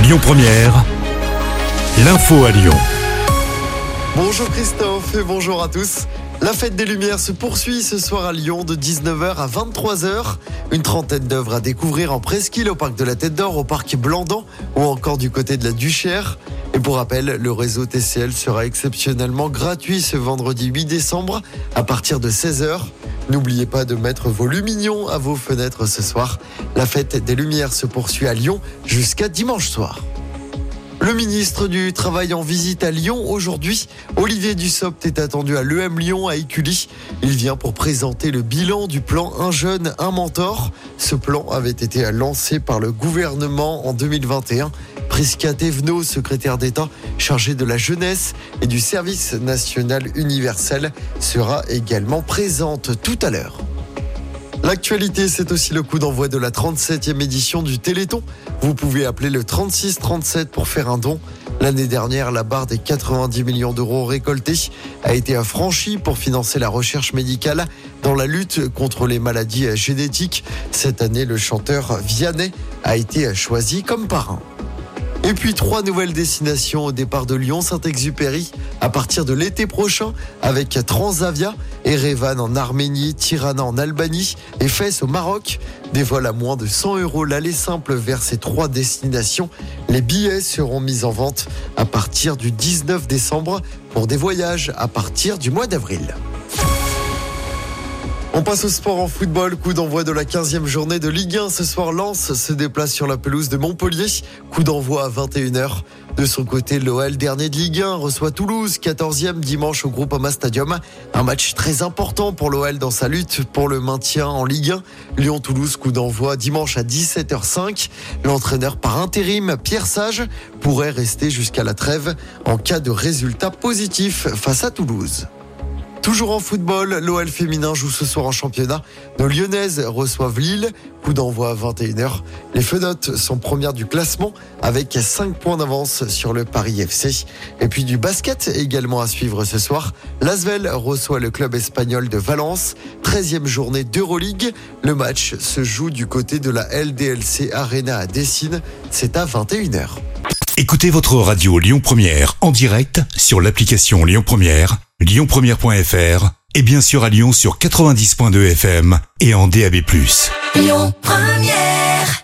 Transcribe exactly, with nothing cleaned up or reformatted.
Lyon Première, l'info à Lyon. Bonjour Christophe et bonjour à tous. La fête des Lumières se poursuit ce soir à Lyon de dix-neuf heures à vingt-trois heures. Une trentaine d'œuvres à découvrir en presqu'île au parc de la Tête d'Or, au parc Blandan ou encore du côté de la Duchère. Et pour rappel, le réseau T C L sera exceptionnellement gratuit ce vendredi huit décembre à partir de seize heures. N'oubliez pas de mettre vos lumignons à vos fenêtres ce soir. La fête des Lumières se poursuit à Lyon jusqu'à dimanche soir. Le ministre du Travail en visite à Lyon aujourd'hui. Olivier Dussopt est attendu à l'E M Lyon à Écully. Il vient pour présenter le bilan du plan Un jeune, un mentor. Ce plan avait été lancé par le gouvernement en deux mille vingt et un. Prisca Thévenot, secrétaire d'État chargé de la jeunesse et du service national universel, sera également présente tout à l'heure. L'actualité, c'est aussi le coup d'envoi de la trente-septième édition du Téléthon. Vous pouvez appeler le trente-six trente-sept pour faire un don. L'année dernière, la barre des quatre-vingt-dix millions d'euros récoltés a été franchie pour financer la recherche médicale dans la lutte contre les maladies génétiques. Cette année, le chanteur Vianney a été choisi comme parrain. Et puis trois nouvelles destinations au départ de Lyon-Saint-Exupéry à partir de l'été prochain avec Transavia, Erevan en Arménie, Tirana en Albanie et Fès au Maroc. Des vols à moins de cent euros l'aller simple vers ces trois destinations. Les billets seront mis en vente à partir du dix-neuf décembre pour des voyages à partir du mois d'avril. On passe au sport en football. Coup d'envoi de la quinzième journée de Ligue un. Ce soir, Lens se déplace sur la pelouse de Montpellier. Coup d'envoi à vingt et une heures. De son côté, l'O L, dernier de Ligue un, reçoit Toulouse, quatorzième dimanche au Groupama Stadium. Un match très important pour l'O L dans sa lutte pour le maintien en Ligue un. Lyon-Toulouse, coup d'envoi dimanche à dix-sept heures cinq. L'entraîneur par intérim, Pierre Sage, pourrait rester jusqu'à la trêve en cas de résultat positif face à Toulouse. Toujours en football, l'O L féminin joue ce soir en championnat. Nos Lyonnaises reçoivent Lille. Coup d'envoi à vingt et une heures. Les Fenotes sont premières du classement avec cinq points d'avance sur le Paris F C. Et puis du basket également à suivre ce soir. L'Asvel reçoit le club espagnol de Valence. treizième journée d'Euroleague. Le match se joue du côté de la L D L C Arena à Dessine. C'est à vingt et une heures. Écoutez votre radio Lyon Première en direct sur l'application Lyon Première, lyon première point f r et bien sûr à Lyon sur quatre-vingt-dix virgule deux F M et en D A B plus. Lyon Première.